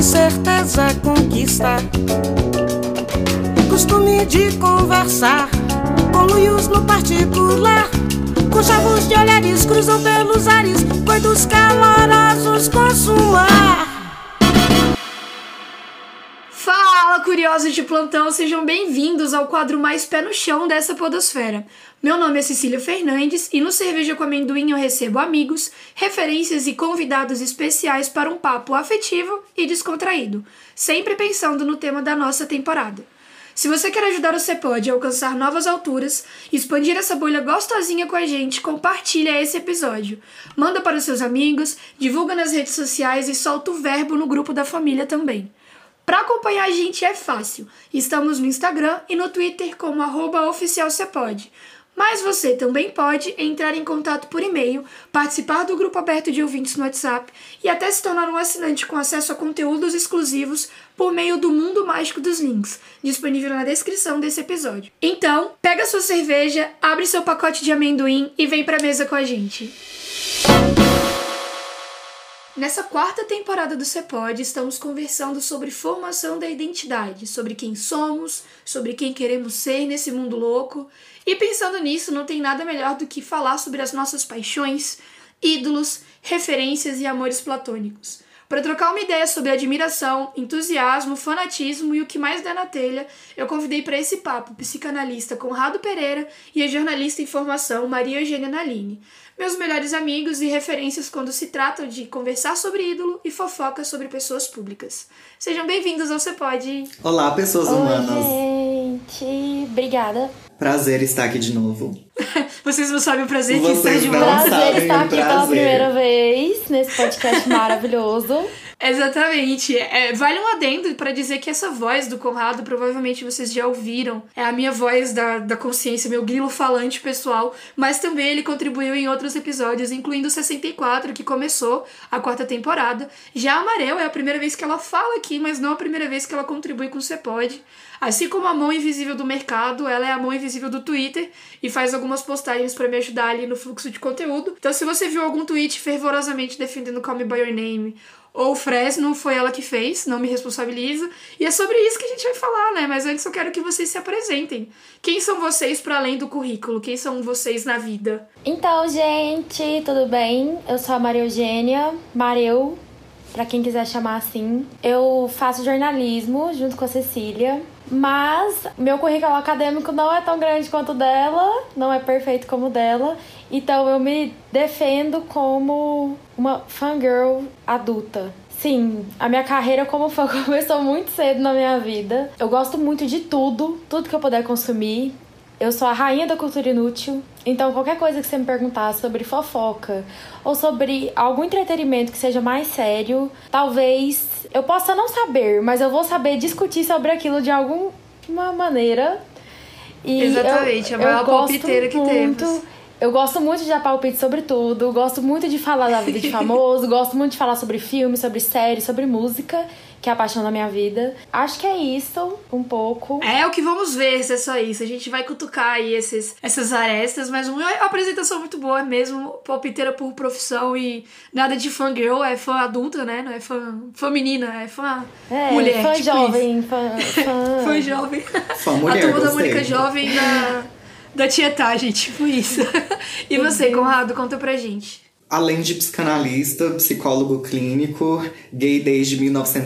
certeza conquista. Costume de conversar com luios no particular, com chavos de olhares cruzam pelos ares, coitos calorosos consumar. Fala, curiosos de plantão, sejam bem-vindos ao quadro mais pé no chão dessa podosfera. Meu nome é Cecília Fernandes e no Cerveja com Amendoim eu recebo amigos, referências e convidados especiais para um papo afetivo e descontraído, sempre pensando no tema da nossa temporada. Se você quer ajudar o Cepod a alcançar novas alturas, expandir essa bolha gostosinha com a gente, compartilha esse episódio. Manda para os seus amigos, divulga nas redes sociais e solta o verbo no grupo da família também. Para acompanhar a gente é fácil. Estamos no Instagram e no Twitter como @oficialcepod. Mas você também pode entrar em contato por e-mail, participar do grupo aberto de ouvintes no WhatsApp e até se tornar um assinante com acesso a conteúdos exclusivos por meio do Mundo Mágico dos Links, disponível na descrição desse episódio. Então, pega sua cerveja, abre seu pacote de amendoim e vem pra mesa com a gente. Nessa quarta temporada do Cepod, estamos conversando sobre formação da identidade, sobre quem somos, sobre quem queremos ser nesse mundo louco. E pensando nisso, não tem nada melhor do que falar sobre as nossas paixões, ídolos, referências e amores platônicos. Para trocar uma ideia sobre admiração, entusiasmo, fanatismo e o que mais der na telha, eu convidei para esse papo o psicanalista Conrado Pereira e a jornalista em formação Maria Eugênia Nalini, meus melhores amigos e referências quando se trata de conversar sobre ídolo e fofoca sobre pessoas públicas. Sejam bem-vindos ao Cepod. Olá, pessoas humanas. Oi, gente. Obrigada. Prazer estar aqui de novo. Vocês não sabem o prazer que está Vocês de não volta. Prazer estar aqui pela prazer. primeira vez nesse podcast maravilhoso. Exatamente. Vale um adendo para dizer que essa voz do Conrado, provavelmente vocês já ouviram, é a minha voz da consciência, meu grilo falante pessoal, mas também ele contribuiu em outros episódios, incluindo o 64, que começou a quarta temporada. Já a Marel é a primeira vez que ela fala aqui, mas não a primeira vez que ela contribui com o Cepod. Assim como a mão invisível do mercado, ela é a mão invisível do Twitter e faz algumas postagens para me ajudar ali no fluxo de conteúdo. Então se você viu algum tweet fervorosamente defendendo Call Me By Your Name ou Fresno, foi ela que fez, não me responsabiliza. E é sobre isso que a gente vai falar, né? Mas antes eu quero que vocês se apresentem. Quem são vocês para além do currículo? Quem são vocês na vida? Então, gente, tudo bem? Eu sou a Maria Eugênia, Mareu, pra quem quiser chamar assim. Eu faço jornalismo junto com a Cecília, mas meu currículo acadêmico não é tão grande quanto o dela, não é perfeito como o dela, então eu me defendo como uma fangirl adulta. Sim, a minha carreira como fã começou muito cedo na minha vida. Eu gosto muito de tudo que eu puder consumir. Eu sou a rainha da cultura inútil, então qualquer coisa que você me perguntar sobre fofoca ou sobre algum entretenimento que seja mais sério, talvez eu possa não saber, mas eu vou saber discutir sobre aquilo de alguma maneira. E Exatamente, a maior palpiteira que temos. Eu gosto muito de dar palpite sobre tudo, gosto muito de falar da vida de famoso, gosto muito de falar sobre filme, sobre série, sobre música, que é a paixão da minha vida. Acho que é isso, um pouco. É o que vamos ver se é só isso. A gente vai cutucar aí essas arestas, mas uma apresentação muito boa mesmo, palpiteira por profissão e nada de fangirl, é fã adulta, né? Não é fã menina, é fã mulher. Fã tipo jovem, isso. fã jovem. Fã mulher, A turma da gostei. Mônica jovem da tietagem, tipo isso. E você, Conrado, conta pra gente. Além de psicanalista, psicólogo clínico, gay desde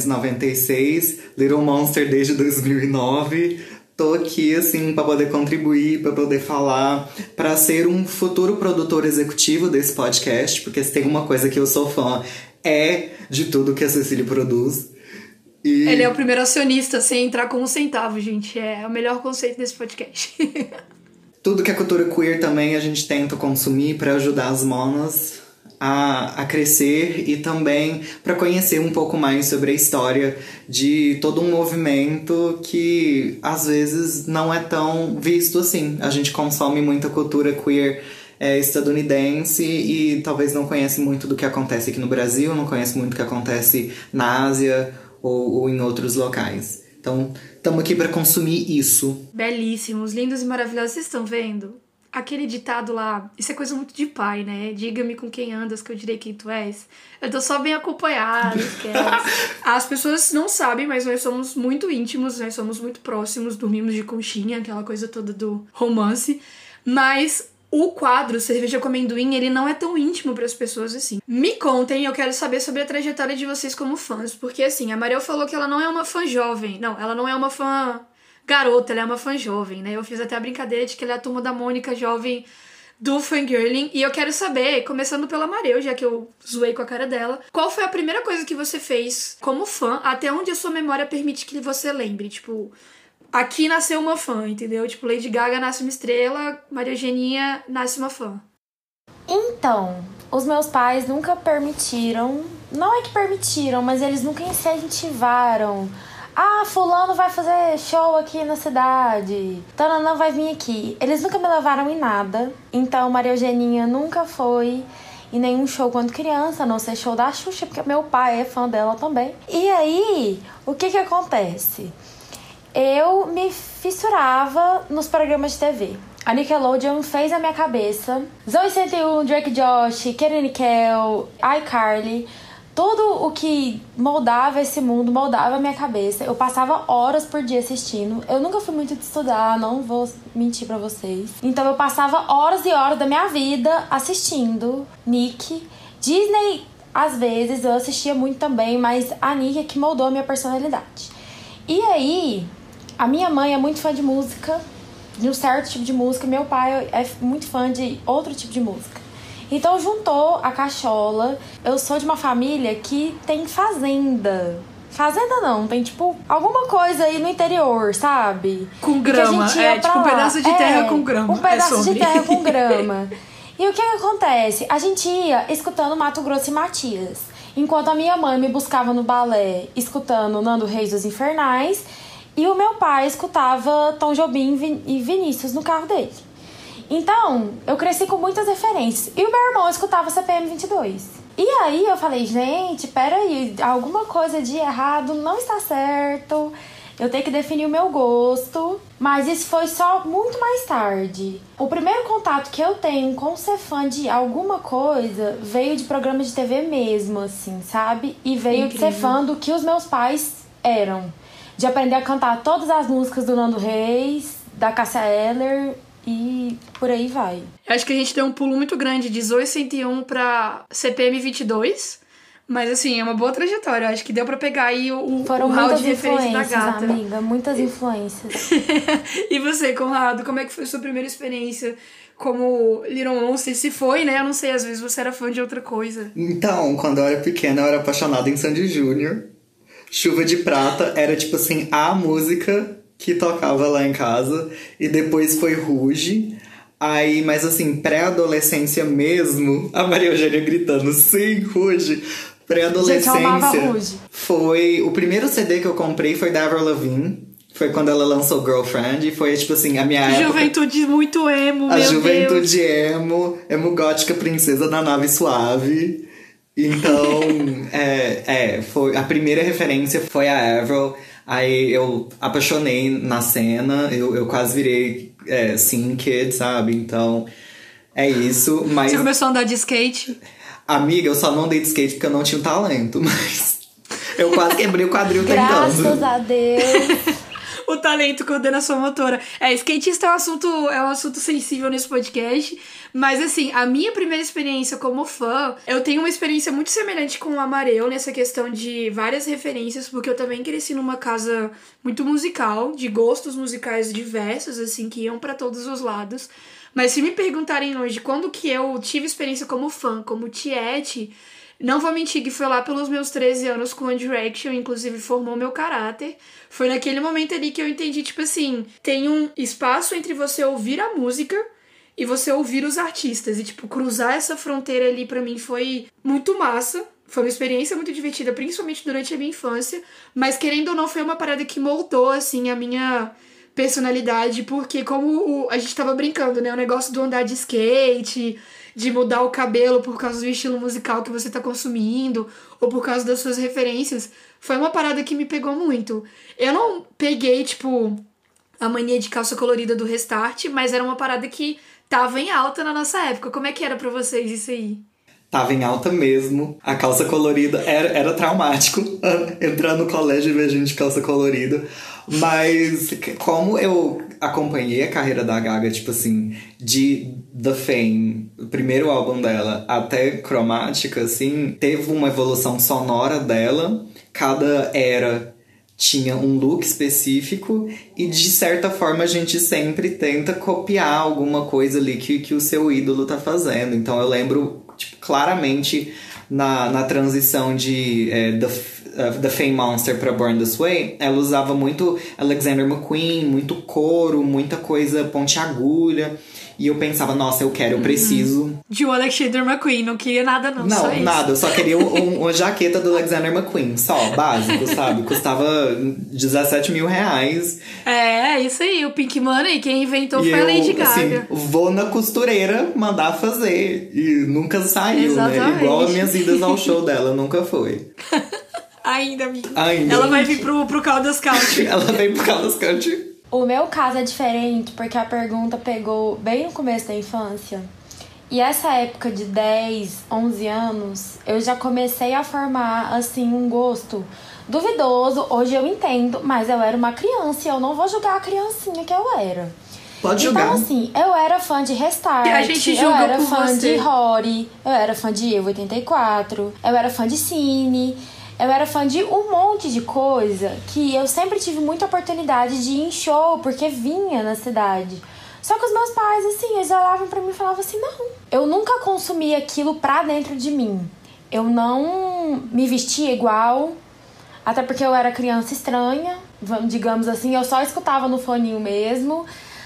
1996, Little Monster desde 2009, tô aqui, assim, pra poder contribuir, pra poder falar, pra ser um futuro produtor executivo desse podcast, porque se tem uma coisa que eu sou fã, é de tudo que a Cecília produz. E Ele é o primeiro acionista sem entrar com um centavo, gente. É o melhor conceito desse podcast. tudo que é cultura queer também a gente tenta consumir pra ajudar as monas a crescer e também para conhecer um pouco mais sobre a história de todo um movimento que às vezes não é tão visto assim. A gente consome muita cultura queer estadunidense e talvez não conhece muito do que acontece aqui no Brasil, não conhece muito do que acontece na Ásia ou em outros locais. Então, estamos aqui para consumir isso. Belíssimos, lindos e maravilhosos. Vocês estão vendo? aquele ditado lá, isso é coisa muito de pai, né? Diga-me com quem andas que eu direi quem tu és. Eu tô só bem acompanhada, esquece. As pessoas não sabem, mas nós somos muito íntimos, nós somos muito próximos, dormimos de conchinha, aquela coisa toda do romance. Mas o quadro Cerveja com Amendoim, ele não é tão íntimo para as pessoas assim. Me contem, eu quero saber sobre a trajetória de vocês como fãs. Porque assim, a Mariel falou que ela não é uma fã jovem. Não, ela não é uma fã garota, ela é uma fã jovem, né? Eu fiz até a brincadeira de que ela é a turma da Mônica jovem do fangirling. E eu quero saber, começando pela Mariel, já que eu zoei com a cara dela, qual foi a primeira coisa que você fez como fã, até onde a sua memória permite que você lembre? Tipo, aqui nasceu uma fã, entendeu? Tipo, Lady Gaga nasce uma estrela, Maria Eugenia nasce uma fã. Então, os meus pais nunca permitiram, não é que permitiram, mas eles nunca incentivaram. Ah, fulano vai fazer show aqui na cidade, Tananã vai vir aqui. Eles nunca me levaram em nada, então Maria Eugenia nunca foi em nenhum show quando criança, a não ser show da Xuxa, porque meu pai é fã dela também. E aí, o que acontece? Eu me fissurava nos programas de TV. A Nickelodeon fez a minha cabeça. Zoey 101, Drake Josh, Kenan e Kel, iCarly. Tudo o que moldava esse mundo, moldava a minha cabeça. Eu passava horas por dia assistindo. Eu nunca fui muito de estudar, não vou mentir pra vocês. Então eu passava horas e horas da minha vida assistindo Nick. Disney, às vezes, eu assistia muito também, mas a Nick é que moldou a minha personalidade. E aí, a minha mãe é muito fã de música, de um certo tipo de música. Meu pai é muito fã de outro tipo de música. Então juntou a cachola. Eu sou de uma família que tem fazenda. Fazenda não, tem tipo alguma coisa aí no interior, sabe? Com grama, tipo um pedaço de terra com grama. Um pedaço de terra com grama. E o que acontece? A gente ia escutando Mato Grosso e Matias. Enquanto a minha mãe me buscava no balé escutando Nando Reis dos Infernais. E o meu pai escutava Tom Jobim e Vinícius no carro dele. Então, eu cresci com muitas referências. E o meu irmão escutava CPM 22. E aí eu falei, gente, peraí, alguma coisa de errado não está certo. Eu tenho que definir o meu gosto. Mas isso foi só muito mais tarde. O primeiro contato que eu tenho com ser fã de alguma coisa veio de programa de TV mesmo, assim, sabe? E veio de ser fã do que os meus pais eram. De aprender a cantar todas as músicas do Nando Reis, da Cássia Eller e por aí vai. Eu acho que a gente deu um pulo muito grande de Zoey 101 pra CPM 22. Mas assim, é uma boa trajetória. Eu acho que deu pra pegar aí o hall de referência da gata. Amiga, muitas influências. E você, Conrado, como é que foi a sua primeira experiência como Little Monster? Se foi, né? Eu não sei, às vezes você era fã de outra coisa. Então, quando eu era pequena, eu era apaixonada em Sandy Júnior. Chuva de Prata era, tipo assim, a música que tocava lá em casa. E depois foi Rouge. Aí, mas assim, pré-adolescência mesmo, a Maria Eugênia gritando, sim, Rouge. Pré-adolescência. Gente, eu amava Rouge. Foi... O primeiro CD que eu comprei foi da Avril Lavigne. Foi quando ela lançou Girlfriend. E foi, tipo assim, a minha época... Juventude muito emo, meu Deus. A juventude emo gótica princesa da nave suave. Então, foi... A primeira referência foi a Avril. Aí eu apaixonei na cena, eu quase virei Scene Kid, sabe? Então, é isso, mas... Você começou a andar de skate? Amiga, eu só não andei de skate porque eu não tinha o talento, mas... Eu quase quebrei o quadril tentando. Graças a Deus. O talento, coordenação motora. Skatista é um assunto sensível nesse podcast. Mas assim, a minha primeira experiência como fã, eu tenho uma experiência muito semelhante com o Amareu nessa questão de várias referências, porque eu também cresci numa casa muito musical, de gostos musicais diversos, assim, que iam pra todos os lados. Mas se me perguntarem hoje quando que eu tive experiência como fã, como tiete, não vou mentir que foi lá pelos meus 13 anos com One Direction, inclusive formou meu caráter. Foi naquele momento ali que eu entendi, tipo assim, tem um espaço entre você ouvir a música e você ouvir os artistas. E, tipo, cruzar essa fronteira ali pra mim foi muito massa. Foi uma experiência muito divertida, principalmente durante a minha infância. Mas, querendo ou não, foi uma parada que moldou, assim, a minha personalidade. Porque como a gente tava brincando, né? O negócio do andar de skate, de mudar o cabelo por causa do estilo musical que você tá consumindo, ou por causa das suas referências, foi uma parada que me pegou muito. Eu não peguei, tipo, a mania de calça colorida do Restart, mas era uma parada que tava em alta na nossa época. Como é que era pra vocês isso aí? Tava em alta mesmo. A calça colorida era traumático. Entrar no colégio e ver gente de calça colorida. Mas como eu acompanhei a carreira da Gaga, tipo assim, de The Fame, o primeiro álbum dela, até Chromatica, assim, teve uma evolução sonora dela. Cada era tinha um look específico e, de certa forma, a gente sempre tenta copiar alguma coisa ali que o seu ídolo tá fazendo. Então eu lembro, tipo, claramente na transição de The Fame Monster pra Born This Way, ela usava muito Alexander McQueen, muito couro, muita coisa pontiagulha. E eu pensava, nossa, eu preciso... De um Alexander McQueen, não queria nada não, só isso. Nada, eu só queria uma jaqueta do Alexander McQueen, só, básico, sabe? Custava 17 mil reais. Isso aí, o Pink Money, quem inventou foi a Lady Gaga. Assim, vou na costureira mandar fazer. E nunca saiu, né? Igual as minhas idas ao show dela, nunca foi. Ainda, amiga. Ainda. Ela vai vir pro Caldas Country. Ela vem pro Caldas Country. O meu caso é diferente porque a pergunta pegou bem no começo da infância. E essa época de 10, 11 anos, eu já comecei a formar, assim, um gosto duvidoso. Hoje eu entendo, mas eu era uma criança e eu não vou julgar a criancinha que eu era. Pode julgar. Então, assim, eu era fã de Restart, a gente julga eu era por fã você. de Rory, eu era fã de Evo 84, eu era fã de Cine... Eu era fã de um monte de coisa que eu sempre tive muita oportunidade de ir em show, porque vinha na cidade. Só que os meus pais, assim, eles olhavam pra mim e falavam assim, não. Eu nunca consumi aquilo pra dentro de mim. Eu não me vestia igual, até porque eu era criança estranha, digamos assim. Eu só escutava no foninho mesmo.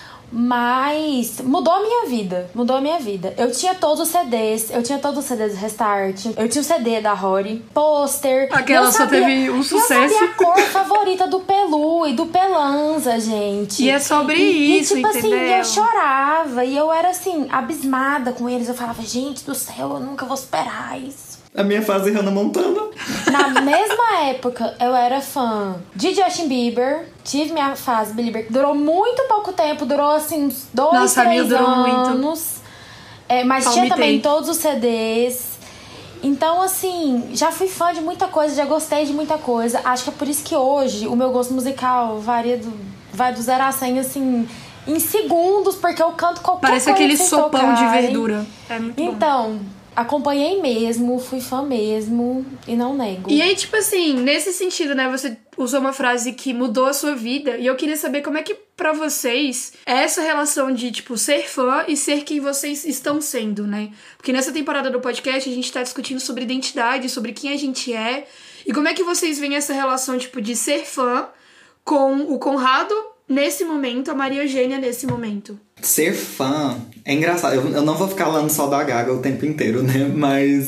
Mas mudou a minha vida. Eu tinha todos os CDs do Restart. Eu tinha o CD da Rory, pôster. Aquela só teve um sucesso. Eu sabia a cor favorita do Pelu e do Pelanza, gente. E é sobre isso, tipo entendeu? assim, eu chorava e eu era assim, abismada com eles. Eu falava, gente do céu, eu nunca vou superar isso. A minha fase Hannah Montana. Na mesma época, eu era fã de Justin Bieber. Tive minha fase Belieber, que durou muito pouco tempo. Durou, assim, uns 2, 3 anos. Mas tinha também todos os CDs. Então, assim, já fui fã de muita coisa. Já gostei de muita coisa. Acho que é por isso que hoje o meu gosto musical vai do 0 a 100, assim, em segundos. Porque eu canto qualquer Parece coisa aquele sem sopão tocar, de verdura. É muito bom. Então... acompanhei mesmo, fui fã mesmo e não nego. E aí, tipo assim, nesse sentido, né, você usou uma frase que mudou a sua vida e eu queria saber como é que pra vocês é essa relação de, tipo, ser fã e ser quem vocês estão sendo, né? Porque nessa temporada do podcast a gente tá discutindo sobre identidade, sobre quem a gente é e como é que vocês veem essa relação, tipo, de ser fã com o Conrado nesse momento, a Maria Eugênia nesse momento. Ser fã é engraçado. Eu não vou ficar falando só da Gaga o tempo inteiro, né? Mas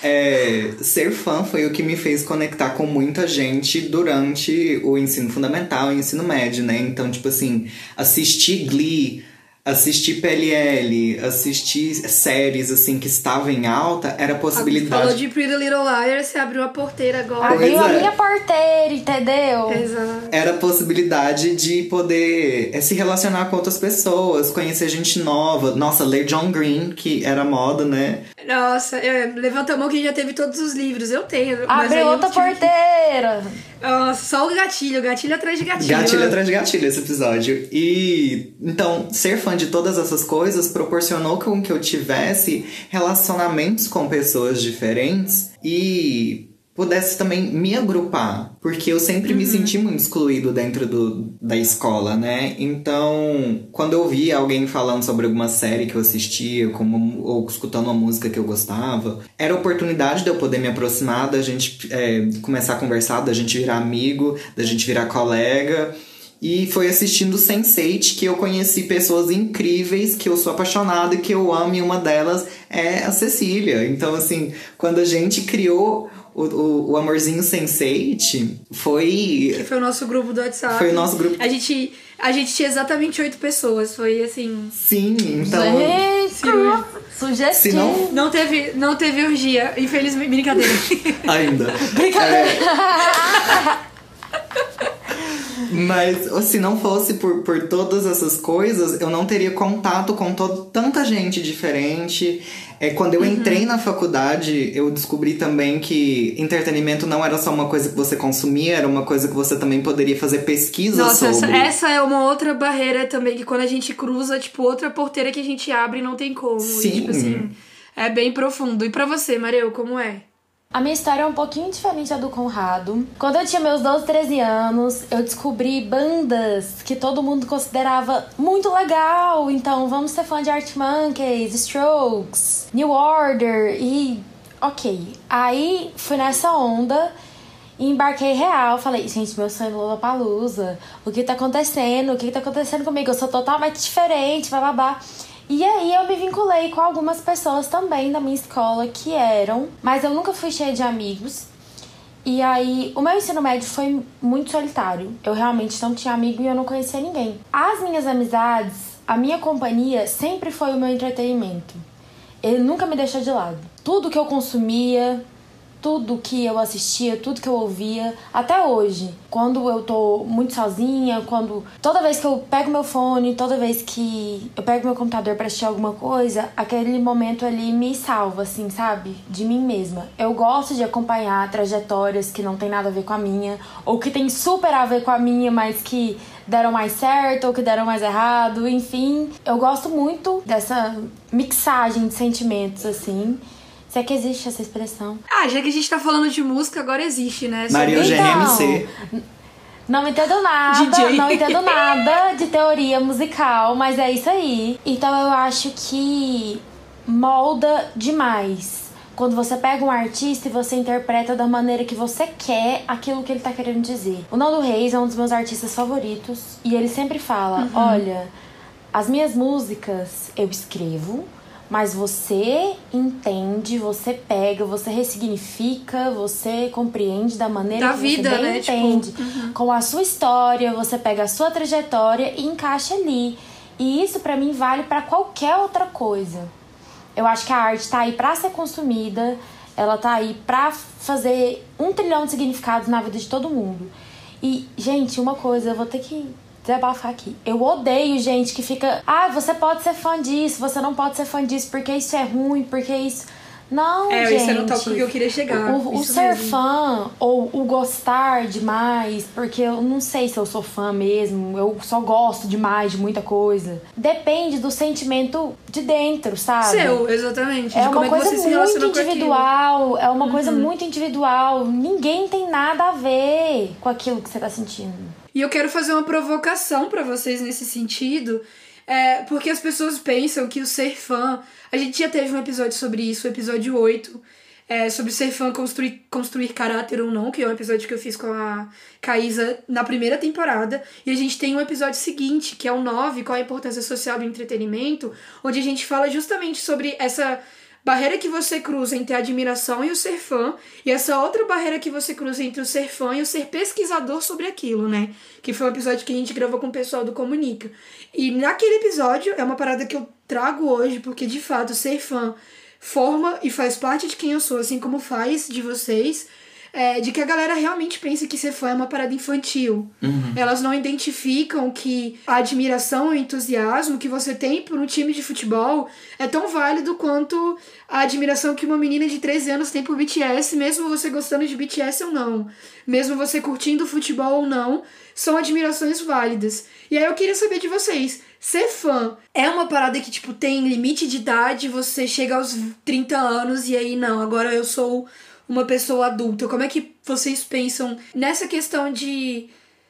ser fã foi o que me fez conectar com muita gente durante o ensino fundamental e o ensino médio, né? Então, tipo assim, assistir Glee, assistir PLL, assistir séries, assim, que estavam em alta, era possibilidade. Falou de Pretty Little Liars, você abriu a porteira agora. Abriu a minha porteira, entendeu? Exato. Era a possibilidade de poder se relacionar com outras pessoas, conhecer gente nova. Nossa, ler John Green, que era moda, né? Nossa, levanta a mão que já teve todos os livros. Eu tenho. Abriu outra porteira. Nossa, só o gatilho atrás de gatilho. Gatilho atrás de gatilho esse episódio. E então, ser fã de todas essas coisas proporcionou com que eu tivesse relacionamentos com pessoas diferentes e pudesse também me agrupar. Porque eu sempre me senti muito excluído dentro da escola, né? Então, quando eu via alguém falando sobre alguma série que eu assistia, ou escutando uma música que eu gostava, era a oportunidade de eu poder me aproximar, da gente começar a conversar, da gente virar amigo, da gente virar colega. E foi assistindo Sense8 que eu conheci pessoas incríveis, que eu sou apaixonado e que eu amo, e uma delas é a Cecília. Então, assim, quando a gente criou o Amorzinho Sense8, foi... Que foi o nosso grupo do WhatsApp. Foi o nosso grupo. A gente tinha exatamente 8 pessoas, foi assim... Sim, então... Gente, sugestivo. Não teve orgia, infelizmente. Brincadeira. Ainda. Brincadeira. Mas se não fosse por todas essas coisas, eu não teria contato com tanta gente diferente. Quando eu entrei na faculdade, eu descobri também que entretenimento não era só uma coisa que você consumia, era uma coisa que você também poderia fazer pesquisa sobre. Nossa, essa é uma outra barreira também, que quando a gente cruza, tipo, outra porteira que a gente abre e não tem como. Sim. E, tipo assim, é bem profundo. E pra você, Mareu, como é? A minha história é um pouquinho diferente da do Conrado. Quando eu tinha meus 12, 13 anos, eu descobri bandas que todo mundo considerava muito legal. Então, vamos ser fã de Arctic Monkeys, Strokes, New Order e... Ok. Aí, fui nessa onda e embarquei real. Falei, gente, meu sonho é Lollapalooza. O que tá acontecendo? O que tá acontecendo comigo? Eu sou totalmente diferente, blá, blá, blá. E aí eu me vinculei com algumas pessoas também da minha escola que eram, mas eu nunca fui cheia de amigos. E aí o meu ensino médio foi muito solitário. Eu realmente não tinha amigo e eu não conhecia ninguém. As minhas amizades, a minha companhia sempre foi o meu entretenimento. Ele nunca me deixou de lado. Tudo que eu consumia, tudo que eu assistia, tudo que eu ouvia, até hoje, quando eu tô muito sozinha, toda vez que eu pego meu fone, toda vez que eu pego meu computador pra assistir alguma coisa, aquele momento ali me salva, assim, sabe? De mim mesma. Eu gosto de acompanhar trajetórias que não tem nada a ver com a minha, ou que tem super a ver com a minha, mas que deram mais certo ou que deram mais errado, enfim. Eu gosto muito dessa mixagem de sentimentos, assim. Se é que existe essa expressão. Já que a gente tá falando de música, agora existe, né? Maria Eugênia MC. Não entendo nada, DJ. Não entendo nada de teoria musical, mas é isso aí. Então eu acho que molda demais. Quando você pega um artista e você interpreta da maneira que você quer aquilo que ele tá querendo dizer. O Nando Reis é um dos meus artistas favoritos. E ele sempre fala, olha, as minhas músicas eu escrevo, mas você entende, você pega, você ressignifica, você compreende da maneira da que vida, você bem né? entende. Tipo, Com a sua história, você pega a sua trajetória e encaixa ali. E isso pra mim vale pra qualquer outra coisa. Eu acho que a arte tá aí pra ser consumida, ela tá aí pra fazer 1 trilhão de significados na vida de todo mundo. E, gente, uma coisa, eu vou ter que desabafar aqui. Eu odeio gente que fica... você pode ser fã disso, você não pode ser fã disso, porque isso é ruim, porque isso... Não, gente. Isso era um tópico que eu queria chegar. O ser fã, ou o gostar demais, porque eu não sei se eu sou fã mesmo, eu só gosto demais de muita coisa. Depende do sentimento de dentro, sabe? Seu, exatamente. É de como uma coisa você se relaciona muito com aquilo. individual, é uma coisa muito individual. Ninguém tem nada a ver com aquilo que você tá sentindo. E eu quero fazer uma provocação pra vocês nesse sentido, porque as pessoas pensam que o ser fã... A gente já teve um episódio sobre isso, o episódio 8, sobre ser fã, construir caráter ou não, que é um episódio que eu fiz com a Caísa na primeira temporada. E a gente tem um episódio seguinte, que é o 9, qual a importância social do entretenimento, onde a gente fala justamente sobre essa barreira que você cruza entre a admiração e o ser fã, e essa outra barreira que você cruza entre o ser fã e o ser pesquisador sobre aquilo, né? Que foi um episódio que a gente gravou com o pessoal do Comunica. E naquele episódio, é uma parada que eu trago hoje, porque de fato ser fã forma e faz parte de quem eu sou, assim como faz de vocês, de que a galera realmente pensa que ser fã é uma parada infantil. Elas não identificam que a admiração e o entusiasmo que você tem por um time de futebol é tão válido quanto a admiração que uma menina de 13 anos tem por BTS, mesmo você gostando de BTS ou não, mesmo você curtindo futebol ou não, são admirações válidas. E aí eu queria saber de vocês, ser fã é uma parada que, tipo, tem limite de idade, você chega aos 30 anos e aí, não, agora eu sou uma pessoa adulta. Como é que vocês pensam nessa questão de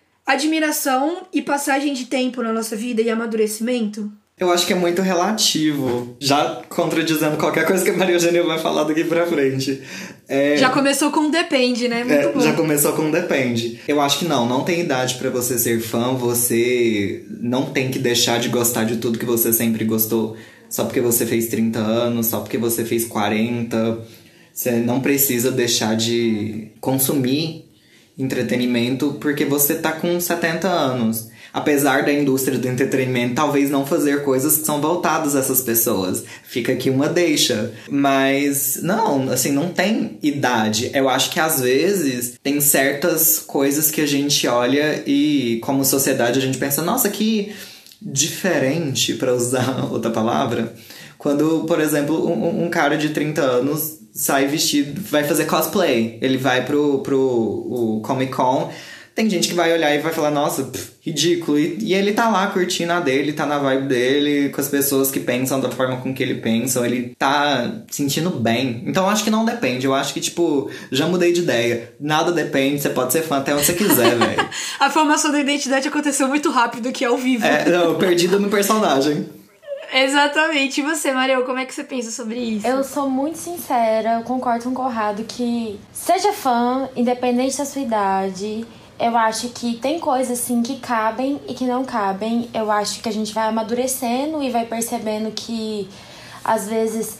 admiração e passagem de tempo na nossa vida e amadurecimento? Eu acho que é muito relativo. Já contradizendo qualquer coisa que a Maria Eugênia vai falar daqui pra frente. Já começou com depende, né? Muito bom. Já começou com depende. Eu acho que não tem idade pra você ser fã. Você não tem que deixar de gostar de tudo que você sempre gostou só porque você fez 30 anos, só porque você fez 40. Você não precisa deixar de consumir entretenimento porque você tá com 70 anos. apesar da indústria do entretenimento talvez não fazer coisas que são voltadas a essas pessoas. Fica aqui uma deixa. Mas, não, assim, não tem idade. Eu acho que, às vezes, tem certas coisas que a gente olha e, como sociedade, a gente pensa, nossa, que diferente, pra usar outra palavra. Quando, por exemplo, um cara de 30 anos sai vestido, vai fazer cosplay. Ele vai pro Comic Con. Tem gente que vai olhar e vai falar, nossa, ridículo. E ele tá lá curtindo a dele, tá na vibe dele, com as pessoas que pensam da forma com que ele pensa. Ele tá sentindo bem. Então eu acho que não depende. Eu acho que, tipo, já mudei de ideia. Nada depende, você pode ser fã até onde você quiser, velho. A formação da identidade aconteceu muito rápido, que é ao vivo. Não, perdida no personagem. Exatamente. E você, Mariel, como é que você pensa sobre isso? Eu sou muito sincera, eu concordo com o Conrado que seja fã, independente da sua idade. Eu acho que tem coisas, assim, que cabem e que não cabem. Eu acho que a gente vai amadurecendo e vai percebendo que, às vezes,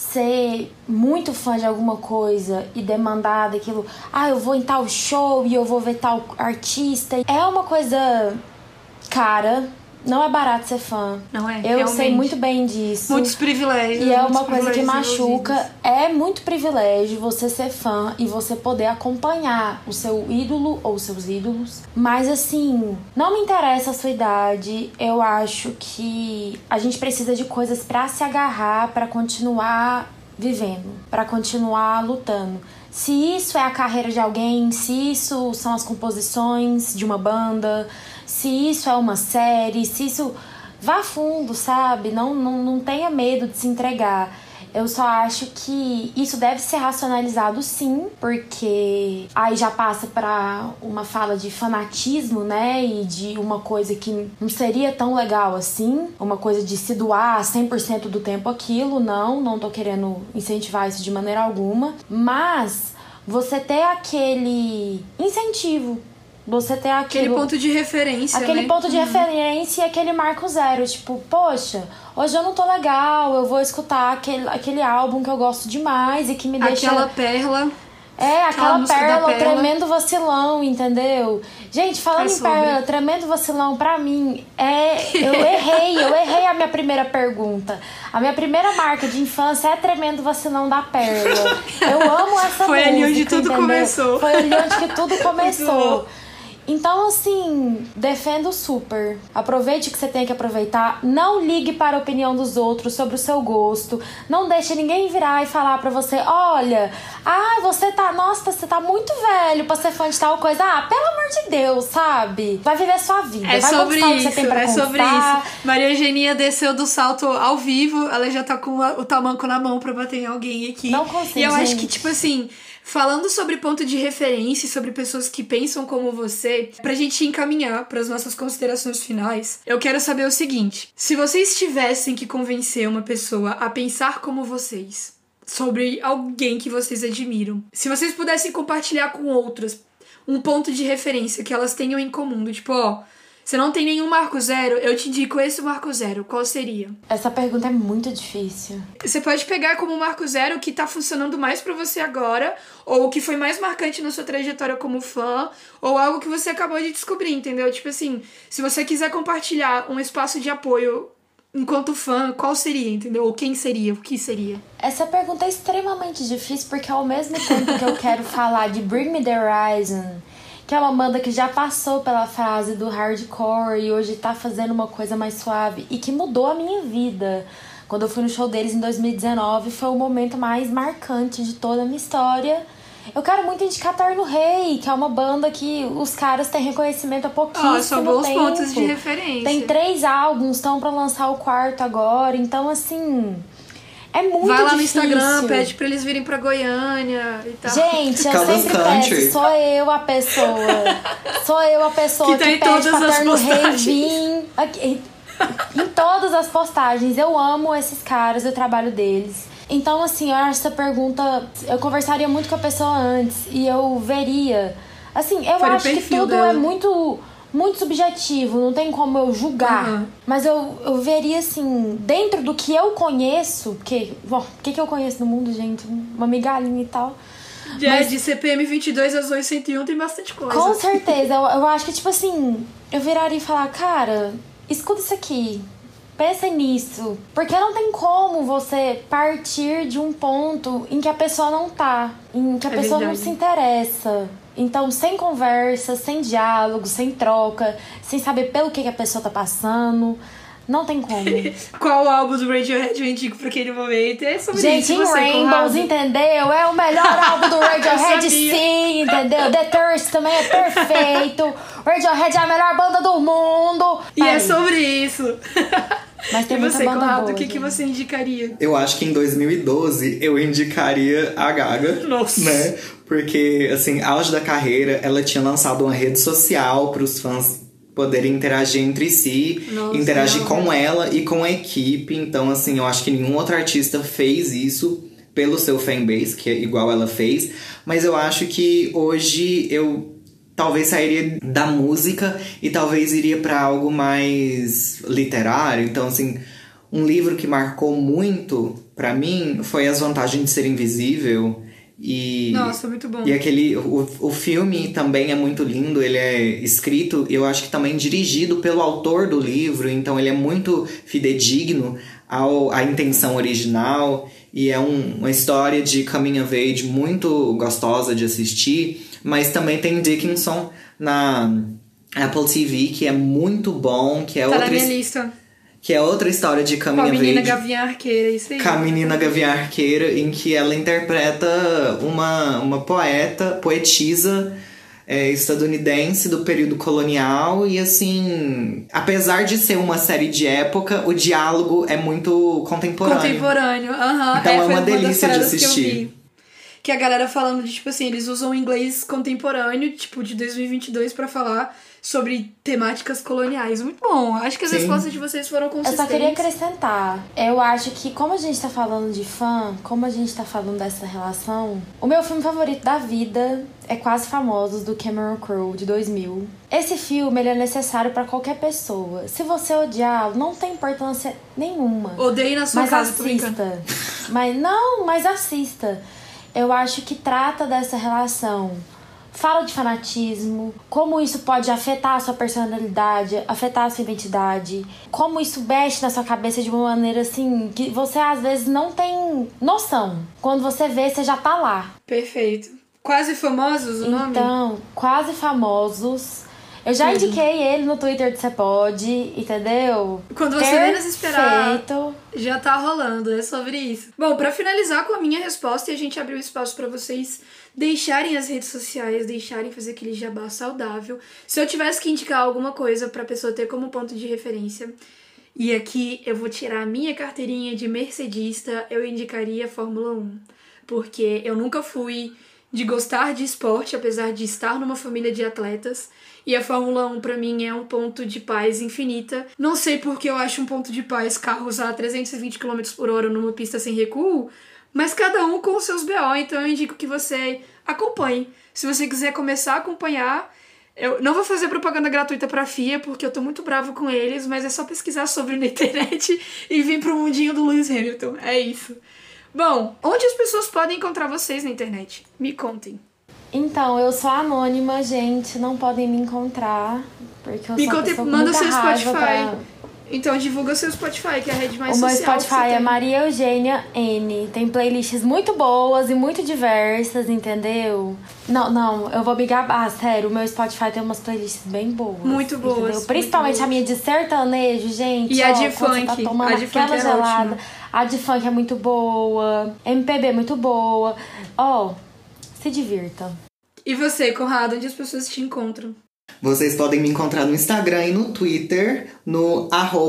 ser muito fã de alguma coisa e demandar daquilo... eu vou em tal show e eu vou ver tal artista. É uma coisa cara... Não é barato ser fã. Não é, Eu realmente. sei muito bem disso. Muitos privilégios. E é uma coisa que machuca. É muito privilégio você ser fã e você poder acompanhar o seu ídolo ou seus ídolos. Mas assim, não me interessa a sua idade. Eu acho que a gente precisa de coisas pra se agarrar, pra continuar vivendo, pra continuar lutando. Se isso é a carreira de alguém, se isso são as composições de uma banda, se isso é uma série, se isso... Vá fundo, sabe? Não tenha medo de se entregar. Eu só acho que isso deve ser racionalizado, sim, porque aí já passa pra uma fala de fanatismo, né? E de uma coisa que não seria tão legal assim, uma coisa de se doar 100% do tempo aquilo. Não tô querendo incentivar isso de maneira alguma, mas você ter aquele incentivo, você ter aquele ponto de referência, aquele ponto de referência e aquele marco zero. Tipo, poxa, hoje eu não tô legal, eu vou escutar aquele álbum que eu gosto demais e que me deixa... Aquela pérola. Aquela pérola, tremendo vacilão, entendeu? Gente, falando em pérola, tremendo vacilão, pra mim, eu errei a minha primeira pergunta. A minha primeira marca de infância é Tremendo Vacilão da Pérola. Eu amo essa música, Foi ali onde tudo começou. Foi ali onde que tudo começou. Então, assim, defendo super. Aproveite o que você tem que aproveitar. Não ligue para a opinião dos outros sobre o seu gosto. Não deixe ninguém virar e falar pra você: olha, você tá muito velho pra ser fã de tal coisa. Pelo amor de Deus, sabe? Vai viver sua vida. É vai sobre conquistar isso, o que você tem pra conquistar. sobre isso. Maria Eugenia desceu do salto ao vivo. Ela já tá com o tamanco na mão pra bater em alguém aqui. Não consigo, E eu gente. acho que, tipo assim... Falando sobre ponto de referência e sobre pessoas que pensam como você, pra gente encaminhar pras nossas considerações finais, eu quero saber o seguinte: se vocês tivessem que convencer uma pessoa a pensar como vocês, sobre alguém que vocês admiram, se vocês pudessem compartilhar com outras um ponto de referência que elas tenham em comum, do tipo, você não tem nenhum marco zero, eu te indico esse marco zero, qual seria? Essa pergunta é muito difícil. Você pode pegar como marco zero o que tá funcionando mais pra você agora, ou o que foi mais marcante na sua trajetória como fã, ou algo que você acabou de descobrir, entendeu? Tipo assim, se você quiser compartilhar um espaço de apoio enquanto fã, qual seria, entendeu? Ou quem seria, o que seria? Essa pergunta é extremamente difícil, porque ao mesmo tempo que eu quero falar de Bring Me The Horizon, que é uma banda que já passou pela fase do hardcore e hoje tá fazendo uma coisa mais suave e que mudou a minha vida. Quando eu fui no show deles em 2019, foi o momento mais marcante de toda a minha história. Eu quero muito indicar Terno Rei, que é uma banda que os caras têm reconhecimento há pouquíssimo tempo. São bons pontos de referência. Tem 3 álbuns, estão pra lançar o 4º agora, então assim... É muito difícil. Vai lá no Instagram, pede pra eles virem pra Goiânia e tal. Gente, eu sempre peço. Sou eu a pessoa que pede pra Terno Rei vir em todas as postagens. Eu amo esses caras, o trabalho deles. Então, assim, eu acho essa pergunta... Eu conversaria muito com a pessoa antes e eu veria... Assim, eu acho que tudo é muito subjetivo, não tem como eu julgar. Mas eu veria, assim, dentro do que eu conheço, porque, bom, o que eu conheço no mundo, gente? Uma migalhinha e tal. De CPM 22 a Zoe 101 tem bastante coisa. Com certeza. Eu acho que, tipo assim, eu viraria e falar, cara, escuta isso aqui. Pensa nisso. Porque não tem como você partir de um ponto em que a pessoa não tá. Em que a pessoa não se interessa. Então, sem conversa, sem diálogo, sem troca, sem saber pelo que a pessoa tá passando, não tem como. Qual álbum do Radiohead eu indico pra aquele momento? É sobre gente, isso. Gente, Rainbows, entendeu? É o melhor álbum do Radiohead, sim, entendeu? The Thirst também é perfeito. Radiohead é a melhor banda do mundo. E é sobre isso. Mas tem muita banda boa. O que você indicaria? Eu acho que em 2012 eu indicaria a Gaga. Nossa. Né? Porque, assim, auge da carreira, ela tinha lançado uma rede social para os fãs poderem interagir entre si, interagir com ela e com a equipe. Então, assim, eu acho que nenhum outro artista fez isso pelo seu fanbase, que é igual ela fez. Mas eu acho que hoje eu talvez sairia da música e talvez iria para algo mais literário. Então, assim, um livro que marcou muito para mim foi As Vantagens de Ser Invisível. Nossa, muito bom. E o filme também é muito lindo. Ele é escrito, eu acho que também dirigido pelo autor do livro. Então ele é muito fidedigno à intenção original. E é uma história de coming of age muito gostosa de assistir. Mas também tem Dickinson na Apple TV, que é muito bom. Que é tá na minha lista. Que é outra história de coming of age. Com a menina Gavião Arqueira, isso aí. Com a menina Gavião Arqueira, em que ela interpreta uma poetisa estadunidense do período colonial. E assim, apesar de ser uma série de época, o diálogo é muito contemporâneo. Então é uma delícia de assistir. Que a galera falando de, tipo assim, eles usam inglês contemporâneo, tipo, de 2022 pra falar sobre temáticas coloniais. Muito bom. Acho que as respostas de vocês foram consistentes. Eu só queria acrescentar. Eu acho que, como a gente tá falando de fã, como a gente tá falando dessa relação, o meu filme favorito da vida é Quase Famosos, do Cameron Crowe, de 2000. Esse filme, ele é necessário pra qualquer pessoa. Se você odiar, não tem importância nenhuma. Odeie na sua casa, assista. Mas assista. Eu acho que trata dessa relação. Fala de fanatismo, como isso pode afetar a sua personalidade, afetar a sua identidade, como isso mexe na sua cabeça de uma maneira assim que você às vezes não tem noção. Quando você vê, você já tá lá. Perfeito. Quase Famosos o nome? Então, Quase Famosos. Eu já indiquei ele no Twitter do Você Pode, entendeu? Quando você menos esperar, já tá rolando, é sobre isso. Bom, pra finalizar com a minha resposta, e a gente abriu espaço pra vocês deixarem as redes sociais, deixarem fazer aquele jabá saudável. Se eu tivesse que indicar alguma coisa pra pessoa ter como ponto de referência, e aqui eu vou tirar a minha carteirinha de mercedista, eu indicaria a Fórmula 1. Porque eu nunca fui de gostar de esporte, apesar de estar numa família de atletas. E a Fórmula 1 pra mim é um ponto de paz infinita. Não sei porque eu acho um ponto de paz carros a 320 km por hora numa pista sem recuo, mas cada um com os seus BO, então eu indico que você acompanhe. Se você quiser começar a acompanhar, eu não vou fazer propaganda gratuita pra FIA, porque eu tô muito bravo com eles, mas é só pesquisar sobre na internet e vir pro mundinho do Lewis Hamilton. É isso. Bom, onde as pessoas podem encontrar vocês na internet? Me contem. Então, eu sou anônima, gente, não podem me encontrar, porque eu sou uma pessoa com manda muita seu raiva Spotify. Então divulga seu Spotify, que é a rede mais social. O meu Spotify é Maria Eugênia N. Tem playlists muito boas e muito diversas, entendeu? Não, eu vou me gabar, sério. O meu Spotify tem umas playlists bem boas. Muito boas. Entendeu? Principalmente muito a minha de sertanejo, gente. E a de funk. Tá tomando aquela gelada. A de funk é muito boa. MPB é muito boa. Se divirta. E você, Conrado, onde as pessoas te encontram? Vocês podem me encontrar no Instagram e no Twitter, no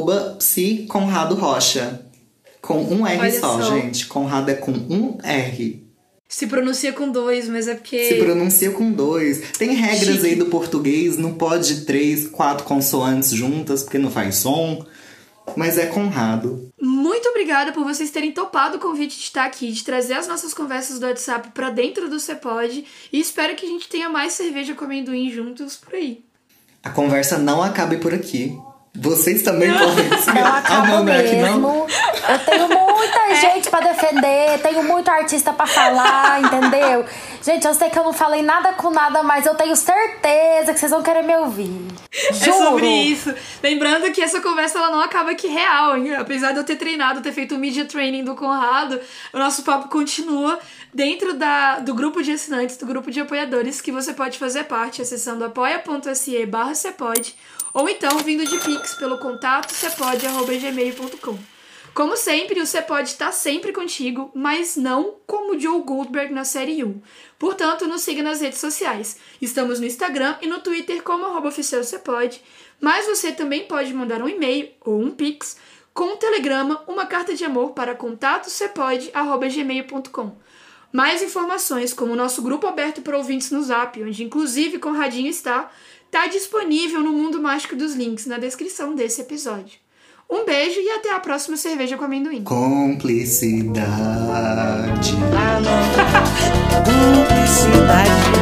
@psiconradorocha. Com um R só, gente. Conrado é com um R. Se pronuncia com 2, mas é porque... Se pronuncia com 2. Tem regras aí do português, não pode 3, 4 consoantes juntas, porque não faz som. Mas é Conrado. Muito obrigada por vocês terem topado o convite de estar aqui, de trazer as nossas conversas do WhatsApp pra dentro do Você Pode. E espero que a gente tenha mais cerveja com amendoim juntos por aí. A conversa não acabe por aqui. Vocês também podem ser. Não acaba não é que mesmo. não? Eu tenho muita gente pra defender, tenho muito artista pra falar, entendeu? Gente, eu sei que eu não falei nada com nada, mas eu tenho certeza que vocês vão querer me ouvir. Juro. É sobre isso. Lembrando que essa conversa ela não acaba aqui real, hein? Apesar de eu ter treinado, ter feito o media training do Conrado, o nosso papo continua dentro do grupo de assinantes, do grupo de apoiadores, que você pode fazer parte acessando apoia.se/cepod ou então vindo de Pix pelo contato cepod@gmail.com. Como sempre, o Cepod está sempre contigo, mas não como Joe Goldberg na série You. Portanto, nos siga nas redes sociais. Estamos no Instagram e no Twitter como @oficialcepod, mas você também pode mandar um e-mail ou um Pix com um telegrama, uma carta de amor para contato@cepod@gmail.com. Mais informações, como o nosso grupo aberto para ouvintes no Zap, onde inclusive Conradinho está disponível no Mundo Mágico dos Links, na descrição desse episódio. Um beijo e até a próxima Cerveja com Amendoim. Cumplicidade. Cumplicidade.